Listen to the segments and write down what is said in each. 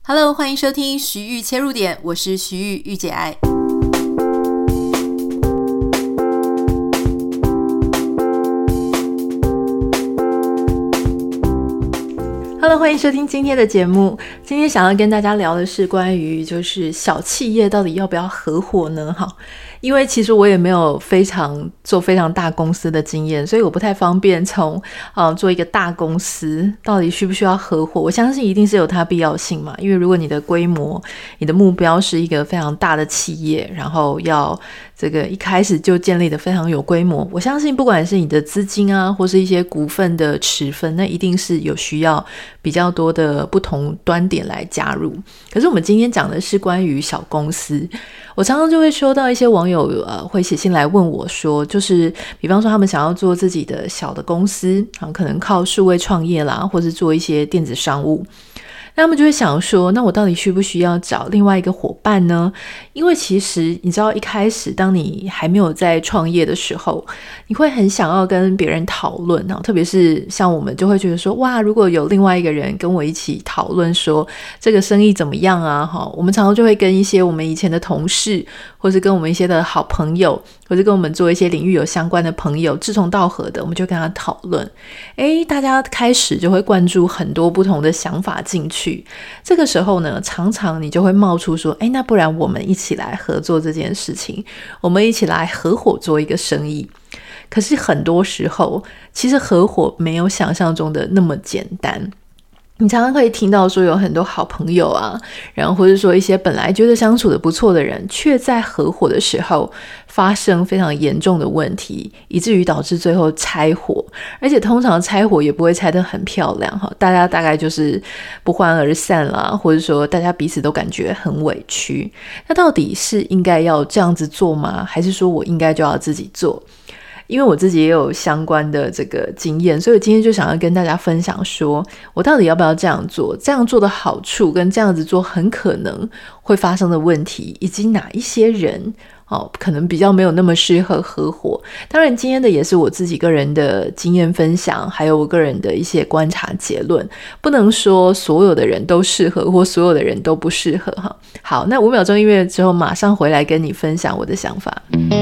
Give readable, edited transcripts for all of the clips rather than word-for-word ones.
Hello， 欢迎收听徐玉切入点，我是徐玉玉姐爱。Hello， 欢迎收听今天的节目。今天想要跟大家聊的是关于就是小企业到底要不要合伙呢？因为其实我也没有做非常大公司的经验，所以我不太方便从做一个大公司到底需不需要合伙。我相信一定是有它必要性嘛，因为如果你的规模、你的目标是一个非常大的企业，然后要这个一开始就建立的非常有规模，我相信不管是你的资金啊，或是一些股份的持分，那一定是有需要比较多的不同端点来加入。可是我们今天讲的是关于小公司，我常常就会收到一些网友会写信来问我说，就是比方说他们想要做自己的小的公司，可能靠数位创业啦，或是做一些电子商务。那他们就会想说，那我到底需不需要找另外一个伙伴呢？因为其实你知道，一开始当你还没有在创业的时候，你会很想要跟别人讨论，特别是像我们就会觉得说，哇，如果有另外一个人跟我一起讨论说这个生意怎么样啊，我们常常就会跟一些我们以前的同事，或是跟我们一些的好朋友，或是跟我们做一些领域有相关的朋友，志同道合的，我们就跟他讨论。大家开始就会灌注很多不同的想法进去。这个时候呢，常常你就会冒出说，那不然我们一起来合作这件事情，我们一起来合伙做一个生意。可是很多时候，其实合伙没有想象中的那么简单。你常常可以听到说有很多好朋友啊，然后或者说一些本来觉得相处的不错的人，却在合伙的时候发生非常严重的问题，以至于导致最后拆伙。而且通常拆伙也不会拆得很漂亮，大家大概就是不欢而散啦，或者说大家彼此都感觉很委屈。那到底是应该要这样子做吗？还是说我应该就要自己做？因为我自己也有相关的这个经验，所以我今天就想要跟大家分享说，我到底要不要这样做，这样做的好处跟这样子做很可能会发生的问题，以及哪一些人可能比较没有那么适合合伙。当然今天的也是我自己个人的经验分享，还有我个人的一些观察结论，不能说所有的人都适合或所有的人都不适合。好，那5秒钟音乐之后马上回来跟你分享我的想法。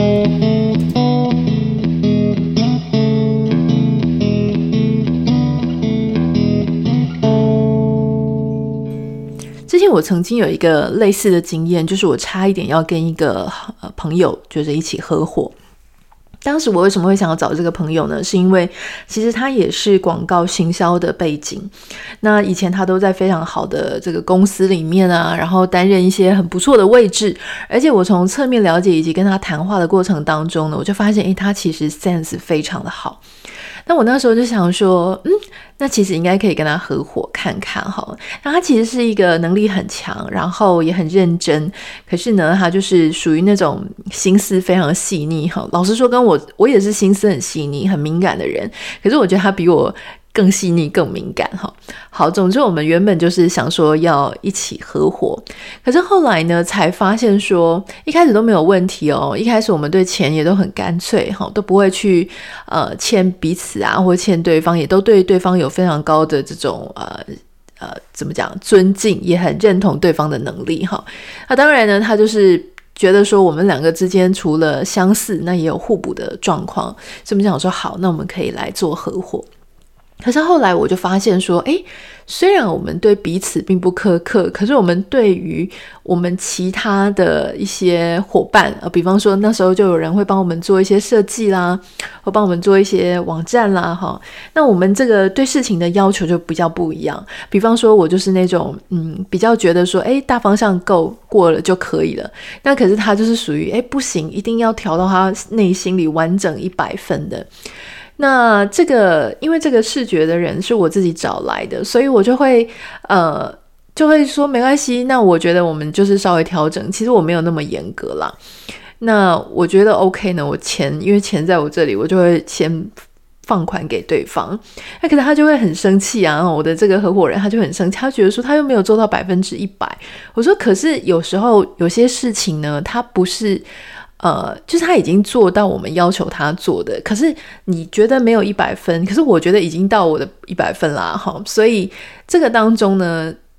之前我曾经有一个类似的经验，就是我差一点要跟一个朋友就是一起合伙。当时我为什么会想要找这个朋友呢？是因为其实他也是广告行销的背景，那以前他都在非常好的这个公司里面啊，然后担任一些很不错的位置，而且我从侧面了解以及跟他谈话的过程当中呢，我就发现他其实 sense 非常的好。那我那时候就想说，那其实应该可以跟他合伙看看哈。那他其实是一个能力很强，然后也很认真，可是呢，他就是属于那种心思非常细腻哈。老实说，跟我也是心思很细腻、很敏感的人，可是我觉得他比我更细腻、更敏感哈。好，总之我们原本就是想说要一起合伙，可是后来呢，才发现说一开始都没有问题哦。一开始我们对钱也都很干脆哈，都不会去欠彼此啊，或欠对方，也都对对方有非常高的这种怎么讲尊敬，也很认同对方的能力哈。那当然呢，他就是觉得说我们两个之间除了相似，那也有互补的状况，所以我们想说好，那我们可以来做合伙。可是后来我就发现说，虽然我们对彼此并不苛刻，可是我们对于我们其他的一些伙伴，比方说那时候就有人会帮我们做一些设计啦，或帮我们做一些网站啦，那我们这个对事情的要求就比较不一样。比方说我就是那种比较觉得说大方向过了就可以了，那可是他就是属于不行，一定要调到他内心里完整100分的。那因为这个视觉的人是我自己找来的，所以我就会说没关系，那我觉得我们就是稍微调整，其实我没有那么严格啦。那我觉得 OK 呢，因为钱在我这里，我就会先放款给对方。那可能他就会很生气啊，我的这个合伙人他就很生气，他觉得说他又没有做到100%。我说可是有时候有些事情呢，他不是就是他已经做到我们要求他做的，可是你觉得没有100分，可是我觉得已经到我的100分啦，所以这个当中呢，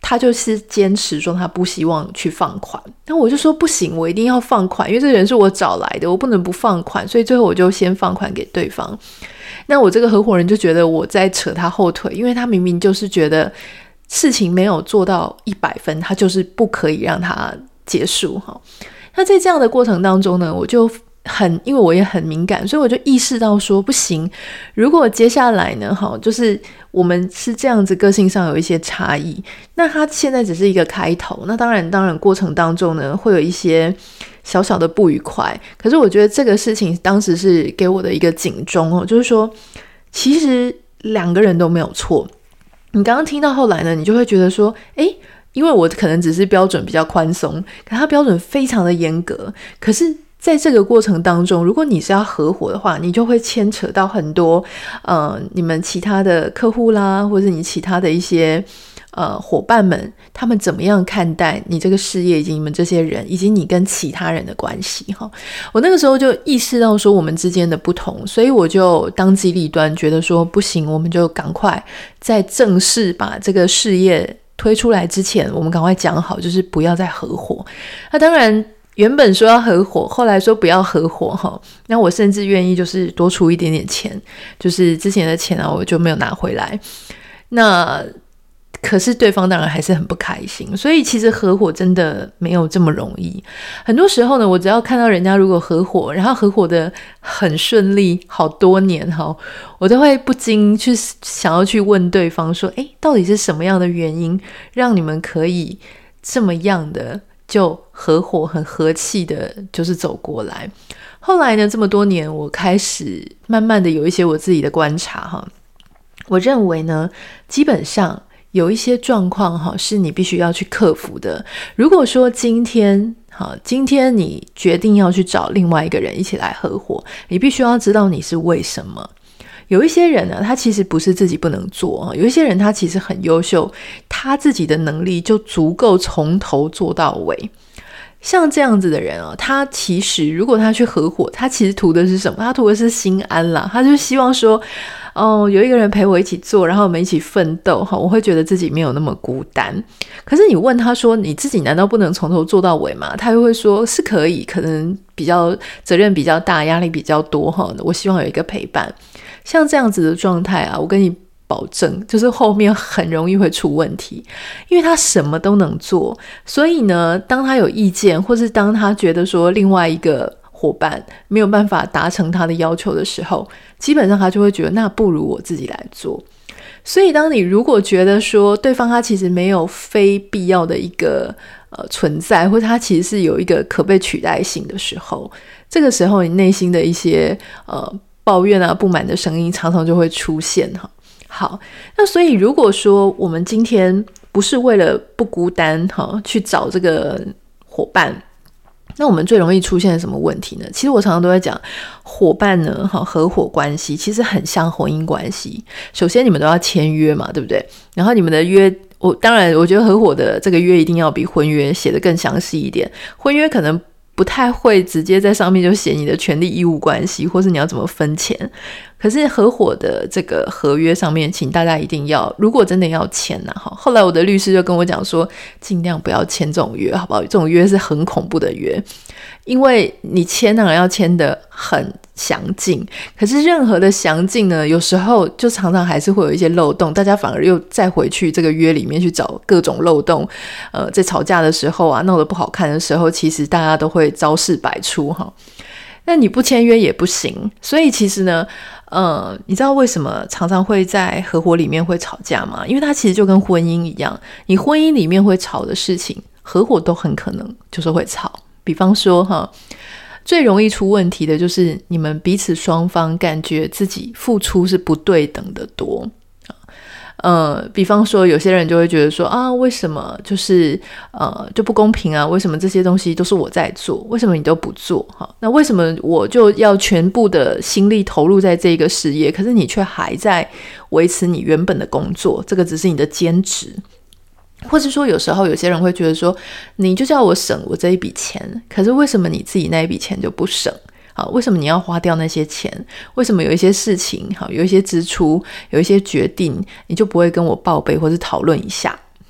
他就是坚持说他不希望去放款，那我就说不行，我一定要放款，因为这个人是我找来的，我不能不放款，所以最后我就先放款给对方。那我这个合伙人就觉得我在扯他后腿，因为他明明就是觉得事情没有做到100分，他就是不可以让他结束。那在这样的过程当中呢，我就因为我也很敏感，所以我就意识到说不行，如果接下来呢就是我们是这样子个性上有一些差异，那他现在只是一个开头，那当然过程当中呢会有一些小小的不愉快，可是我觉得这个事情当时是给我的一个警钟就是说其实2个人都没有错。你刚刚听到后来呢，你就会觉得说因为我可能只是标准比较宽松，可他标准非常的严格，可是在这个过程当中，如果你是要合伙的话，你就会牵扯到很多你们其他的客户啦，或者你其他的一些伙伴们，他们怎么样看待你这个事业，以及你们这些人，以及你跟其他人的关系我那个时候就意识到说我们之间的不同，所以我就当机立断，觉得说不行，我们就赶快在正式把这个事业推出来之前，我们赶快讲好，就是不要再合伙。那当然原本说要合伙，后来说不要合伙那我甚至愿意就是多出一点点钱，就是之前的钱我就没有拿回来。那可是对方当然还是很不开心，所以其实合伙真的没有这么容易。很多时候呢，我只要看到人家如果合伙，然后合伙的很顺利好多年我都会不禁去想要去问对方说到底是什么样的原因让你们可以这么样的就合伙很和气的就是走过来。后来呢，这么多年我开始慢慢的有一些我自己的观察我认为呢，基本上有一些状况是你必须要去克服的。如果说今天你决定要去找另外一个人一起来合伙，你必须要知道你是为什么。有一些人呢，他其实不是自己不能做，有一些人他其实很优秀，他自己的能力就足够从头做到尾。像这样子的人他其实如果他去合伙，他其实图的是什么？他图的是心安啦，他就希望说有一个人陪我一起做，然后我们一起奋斗我会觉得自己没有那么孤单。可是你问他说你自己难道不能从头做到尾吗？他又会说是可以，可能比较责任比较大，压力比较多我希望有一个陪伴。像这样子的状态我跟你保证就是后面很容易会出问题，因为他什么都能做，所以呢当他有意见，或是当他觉得说另外一个伙伴没有办法达成他的要求的时候，基本上他就会觉得那不如我自己来做。所以当你如果觉得说对方他其实没有非必要的一个存在，或者他其实是有一个可被取代性的时候，这个时候你内心的一些抱怨不满的声音常常就会出现好，那所以如果说我们今天不是为了不孤单去找这个伙伴，那我们最容易出现什么问题呢？其实我常常都在讲，伙伴呢合伙关系其实很像婚姻关系。首先你们都要签约嘛，对不对？然后你们的约，当然我觉得合伙的这个约一定要比婚约写得更详细一点。婚约可能不太会直接在上面就写你的权利义务关系，或是你要怎么分钱。可是合伙的这个合约上面，请大家一定要，如果真的要签后来我的律师就跟我讲说，尽量不要签这种约，好不好？这种约是很恐怖的约，因为你签当然要签得很详尽，可是任何的详尽呢，有时候就常常还是会有一些漏洞，大家反而又再回去这个约里面去找各种漏洞。在吵架的时候闹得不好看的时候，其实大家都会招式百出那你不签约也不行。所以其实呢你知道为什么常常会在合伙里面会吵架吗？因为它其实就跟婚姻一样，你婚姻里面会吵的事情，合伙都很可能就是会吵。比方说最容易出问题的就是你们彼此双方感觉自己付出是不对等的多。比方说有些人就会觉得说为什么就是就不公平为什么这些东西都是我在做，为什么你都不做那为什么我就要全部的心力投入在这个事业，可是你却还在维持你原本的工作，这个只是你的兼职。或是说有时候有些人会觉得说，你就叫我省我这一笔钱，可是为什么你自己那一笔钱就不省？为什么你要花掉那些钱？为什么有一些事情有一些支出，有一些决定，你就不会跟我报备或是讨论一下？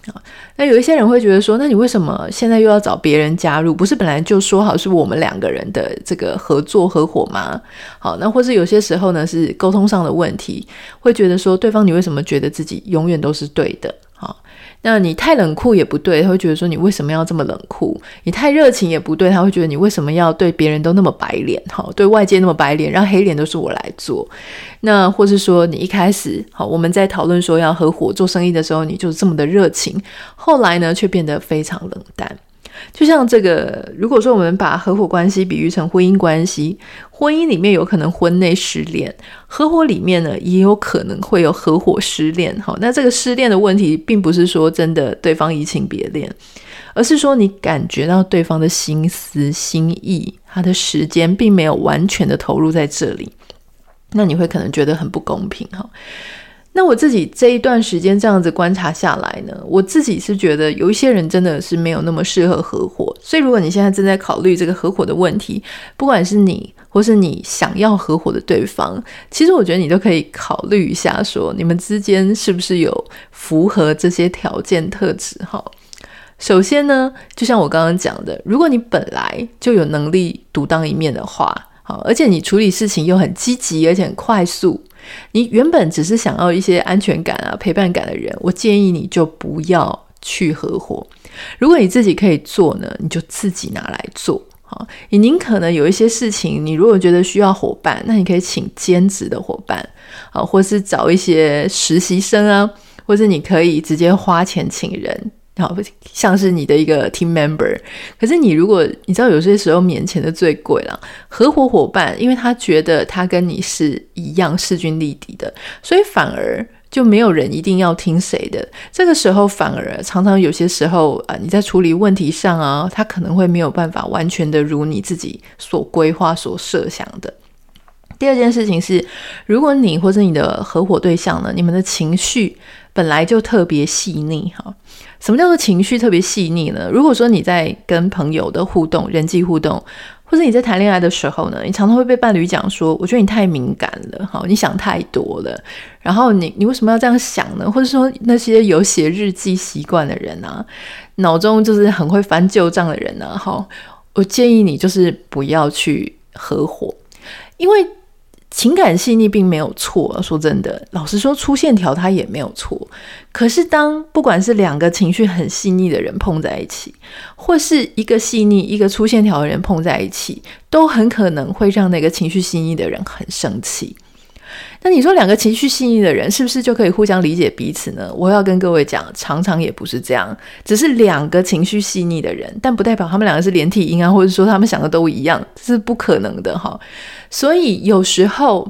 那有一些人会觉得说，那你为什么现在又要找别人加入？不是本来就说好是我们2个人的这个合作合伙吗？好，那或是有些时候呢是沟通上的问题，会觉得说对方你为什么觉得自己永远都是对的？好，那你太冷酷也不对，他会觉得说你为什么要这么冷酷？你太热情也不对，他会觉得你为什么要对别人都那么白脸？好，对外界那么白脸，让黑脸都是我来做。那或是说你一开始好，我们在讨论说要合伙做生意的时候，你就是这么的热情，后来呢却变得非常冷淡。就像这个，如果说我们把合伙关系比喻成婚姻关系，婚姻里面有可能婚内失恋，合伙里面呢也有可能会有合伙失恋。好，那这个失恋的问题并不是说真的对方移情别恋，而是说你感觉到对方的心思心意，他的时间并没有完全的投入在这里，那你会可能觉得很不公平。那我自己这一段时间这样子观察下来呢，我自己是觉得有一些人真的是没有那么适合合伙。所以如果你现在正在考虑这个合伙的问题，不管是你或是你想要合伙的对方，其实我觉得你都可以考虑一下说你们之间是不是有符合这些条件特质。首先呢，就像我刚刚讲的，如果你本来就有能力独当一面的话，而且你处理事情又很积极而且很快速，你原本只是想要一些安全感啊陪伴感的人，我建议你就不要去合伙。如果你自己可以做呢，你就自己拿来做。你宁可呢有一些事情你如果觉得需要伙伴，那你可以请兼职的伙伴，或是找一些实习生啊，或是你可以直接花钱请人，像是你的一个 team member。 可是你如果你知道有些时候免钱的最贵啦，合伙伙伴因为他觉得他跟你是一样势均力敌的，所以反而就没有人一定要听谁的。这个时候反而常常有些时候你在处理问题上啊，他可能会没有办法完全的如你自己所规划所设想的。第二件事情是，如果你或者你的合伙对象呢，你们的情绪本来就特别细腻。什么叫做情绪特别细腻呢？如果说你在跟朋友的互动，人际互动，或者你在谈恋爱的时候呢，你常常会被伴侣讲说，我觉得你太敏感了，你想太多了，然后你为什么要这样想呢？或者说那些有写日记习惯的人啊，脑中就是很会翻旧账的人啊，我建议你就是不要去合伙。因为情感细腻并没有错，说真的，老实说粗线条它也没有错。可是当不管是2个情绪很细腻的人碰在一起，或是一个细腻一个粗线条的人碰在一起，都很可能会让那个情绪细腻的人很生气。那你说2个情绪细腻的人是不是就可以互相理解彼此呢？我要跟各位讲，常常也不是这样，只是2个情绪细腻的人，但不代表他们2个是连体婴啊，或者说他们想的都一样，这是不可能的。所以有时候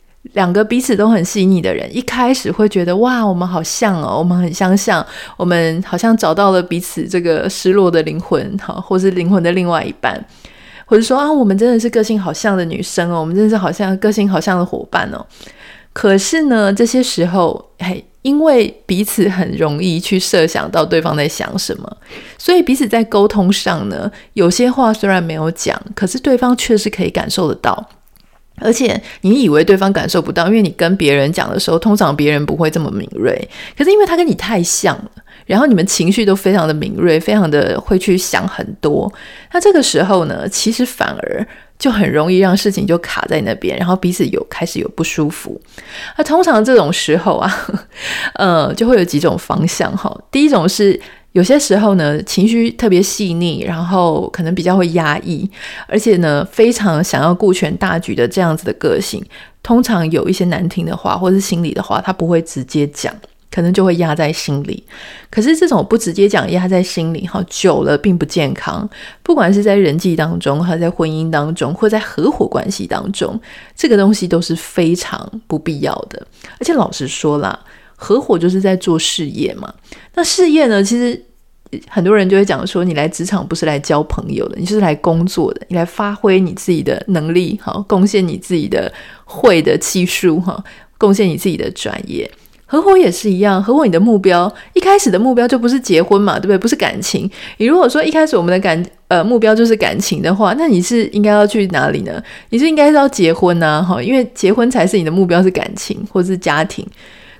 2个彼此都很细腻的人，一开始会觉得哇，我们好像我们很相像，我们好像找到了彼此这个失落的灵魂，或是灵魂的另外一半，或者说我们真的是个性好像的女生我们真的是好像个性好像的伙伴可是呢，这些时候因为彼此很容易去设想到对方在想什么，所以彼此在沟通上呢，有些话虽然没有讲，可是对方确实可以感受得到。而且你以为对方感受不到，因为你跟别人讲的时候，通常别人不会这么敏锐，可是因为他跟你太像了，然后你们情绪都非常的敏锐，非常的会去想很多，那这个时候呢，其实反而就很容易让事情就卡在那边，然后彼此开始有不舒服。那通常这种时候就会有几种方向第一种是有些时候呢，情绪特别细腻，然后可能比较会压抑，而且呢非常想要顾全大局的这样子的个性，通常有一些难听的话或是心里的话他不会直接讲，可能就会压在心里。可是这种不直接讲压在心里久了并不健康，不管是在人际当中还是在婚姻当中或在合伙关系当中，这个东西都是非常不必要的。而且老实说啦，合伙就是在做事业嘛，那事业呢，其实很多人就会讲说，你来职场不是来交朋友的，你就是来工作的，你来发挥你自己的能力，贡献你自己的会的技术，贡献你自己的专业。合伙也是一样，合伙你的目标一开始的目标就不是结婚嘛，对不对？不是感情。你如果说一开始我们的目标就是感情的话，那你是应该要去哪里呢？你是应该是要结婚啊，因为结婚才是你的目标是感情或是家庭。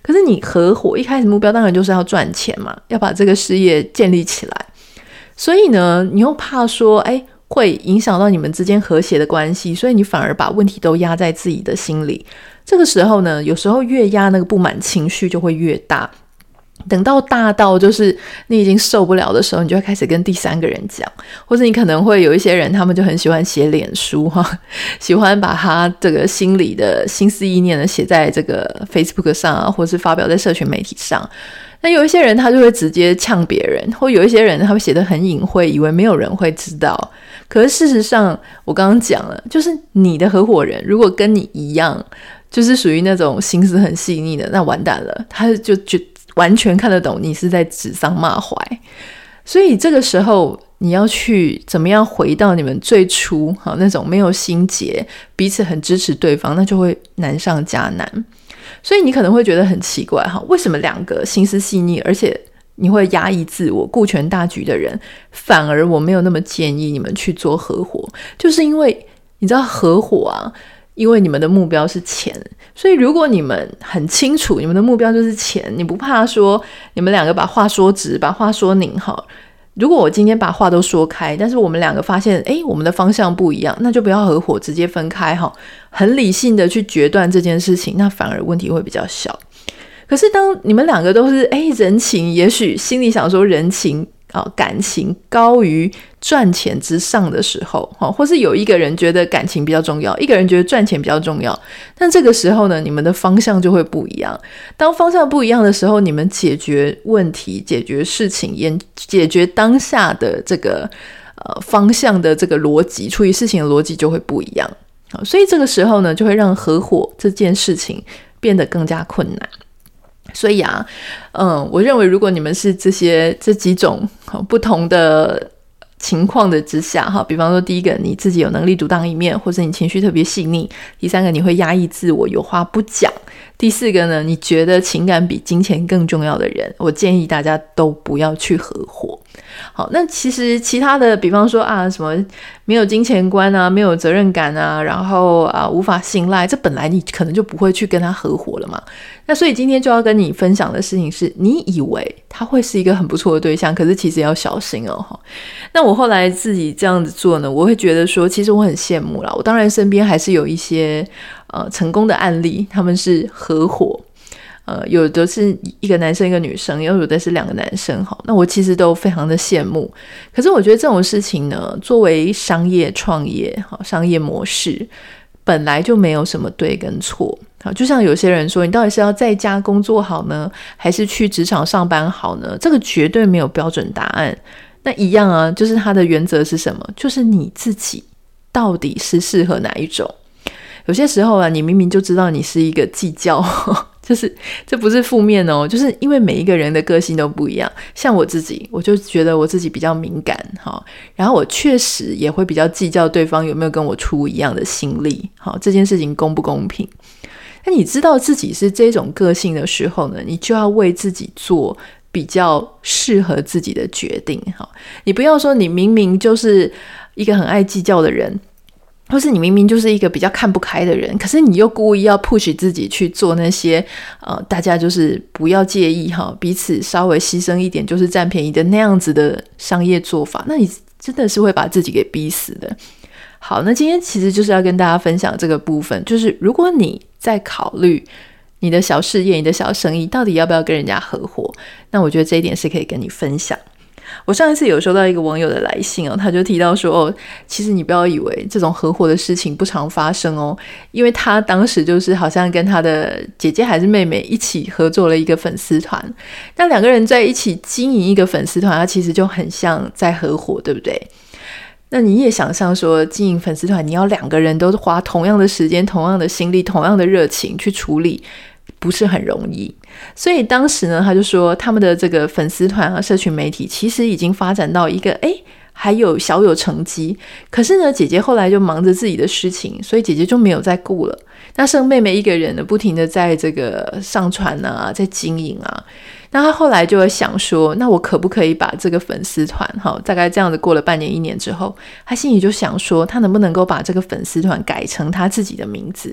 可是你合伙一开始目标当然就是要赚钱嘛，要把这个事业建立起来，所以呢你又怕说会影响到你们之间和谐的关系，所以你反而把问题都压在自己的心里。这个时候呢，有时候越压那个不满情绪就会越大，等到大到就是你已经受不了的时候，你就会开始跟第三个人讲，或者你可能会有一些人他们就很喜欢写脸书喜欢把他这个心里的心思意念呢写在这个 Facebook 上啊，或是发表在社群媒体上。那有一些人他就会直接呛别人，或有一些人他会写得很隐晦，以为没有人会知道。可是事实上我刚刚讲了，就是你的合伙人如果跟你一样就是属于那种心思很细腻的，那完蛋了，他就完全看得懂你是在指桑骂槐。所以这个时候你要去怎么样回到你们最初那种没有心结，彼此很支持对方，那就会难上加难。所以你可能会觉得很奇怪为什么两个心思细腻而且你会压抑自我顾全大局的人，反而我没有那么建议你们去做合伙。就是因为你知道合伙因为你们的目标是钱，所以如果你们很清楚你们的目标就是钱，你不怕说你们两个把话说直把话说拧如果我今天把话都说开，但是我们两个发现我们的方向不一样，那就不要合伙，直接分开很理性的去决断这件事情，那反而问题会比较小。可是当你们两个都是人情，也许心里想说人情感情高于赚钱之上的时候或是有一个人觉得感情比较重要，一个人觉得赚钱比较重要，但这个时候呢，你们的方向就会不一样。当方向不一样的时候，你们解决问题解决事情解决当下的这个方向的这个逻辑，处理事情的逻辑就会不一样。所以这个时候呢，就会让合伙这件事情变得更加困难。所以我认为如果你们是这几种不同的情况的之下比方说第一个你自己有能力独当一面，或者你情绪特别细腻，第三个你会压抑自我有话不讲，第四个呢你觉得情感比金钱更重要的人，我建议大家都不要去合伙。好，那其实其他的比方说什么没有金钱观没有责任感然后无法信赖，这本来你可能就不会去跟他合伙了嘛。那所以今天就要跟你分享的事情是，你以为他会是一个很不错的对象，可是其实要小心那我后来自己这样子做呢，我会觉得说其实我很羡慕啦。我当然身边还是有一些成功的案例，他们是合伙，有的是一个男生一个女生，有的是两个男生那我其实都非常的羡慕。可是我觉得这种事情呢，作为商业创业商业模式本来就没有什么对跟错。就像有些人说，你到底是要在家工作好呢，还是去职场上班好呢？这个绝对没有标准答案。那一样就是它的原则是什么？就是你自己到底是适合哪一种。有些时候你明明就知道你是一个计较就是这不是负面就是因为每一个人的个性都不一样。像我自己，我就觉得我自己比较敏感然后我确实也会比较计较对方有没有跟我出一样的心力这件事情公不公平。那你知道自己是这种个性的时候呢，你就要为自己做比较适合自己的决定你不要说你明明就是一个很爱计较的人，或是你明明就是一个比较看不开的人，可是你又故意要 push 自己去做那些大家就是不要介意彼此稍微牺牲一点就是占便宜的那样子的商业做法，那你真的是会把自己给逼死的。好，那今天其实就是要跟大家分享这个部分，就是如果你在考虑你的小事业你的小生意到底要不要跟人家合伙，那我觉得这一点是可以跟你分享。我上一次有收到一个网友的来信他就提到说其实你不要以为这种合伙的事情不常发生因为他当时就是好像跟他的姐姐还是妹妹一起合作了一个粉丝团，那两个人在一起经营一个粉丝团，它其实就很像在合伙，对不对？那你也想象说经营粉丝团，你要两个人都花同样的时间同样的心力同样的热情去处理，不是很容易。所以当时呢他就说他们的这个粉丝团社群媒体其实已经发展到一个还有小有成绩，可是呢姐姐后来就忙着自己的事情，所以姐姐就没有再顾了，那剩妹妹一个人呢不停的在这个上传在经营那他后来就会想说，那我可不可以把这个粉丝团大概这样子过了半年1年之后，他心里就想说他能不能够把这个粉丝团改成他自己的名字，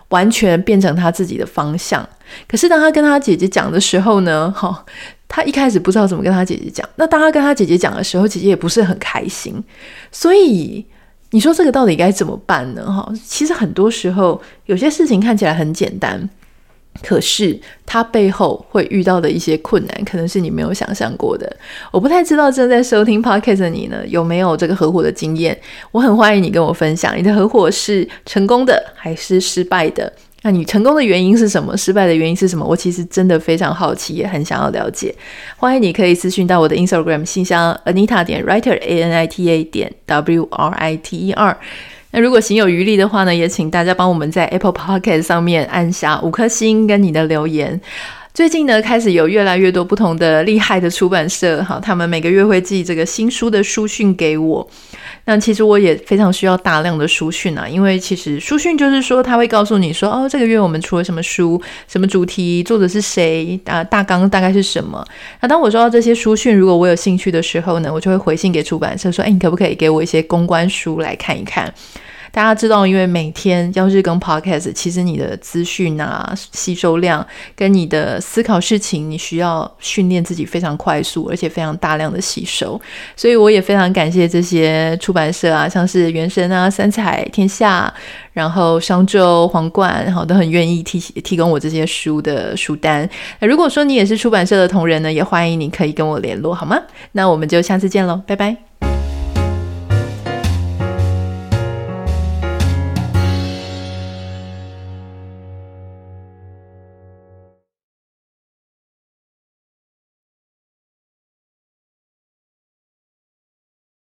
完全变成他自己的方向。可是当他跟他姐姐讲的时候呢，他一开始不知道怎么跟他姐姐讲，那当他跟他姐姐讲的时候，姐姐也不是很开心。所以你说这个到底该怎么办呢？其实很多时候有些事情看起来很简单，可是它背后会遇到的一些困难可能是你没有想象过的。我不太知道正在收听 Podcast 的你呢，有没有这个合伙的经验。我很欢迎你跟我分享，你的合伙是成功的还是失败的，那你成功的原因是什么，失败的原因是什么，我其实真的非常好奇，也很想要了解。欢迎你可以私讯到我的 Instagram 信箱 Anita.Writer ANITA.WRITER。那如果行有余力的话呢，也请大家帮我们在 Apple Podcast 上面按下5颗星跟你的留言。最近呢，开始有越来越多不同的厉害的出版社，他们每个月会寄这个新书的书讯给我。那其实我也非常需要大量的书讯啊，因为其实书讯就是说他会告诉你说，这个月我们出了什么书，什么主题，作者是谁，大纲大概是什么。那当我收到这些书讯，如果我有兴趣的时候呢，我就会回信给出版社说，你可不可以给我一些公关书来看一看。大家知道，因为每天要日更 podcast， 其实你的资讯啊吸收量跟你的思考事情，你需要训练自己非常快速而且非常大量的吸收。所以我也非常感谢这些出版社啊，像是原神啊、三彩、天下，然后商周、皇冠，都很愿意提供我这些书的书单。那如果说你也是出版社的同仁呢，也欢迎你可以跟我联络好吗？那我们就下次见咯，拜拜。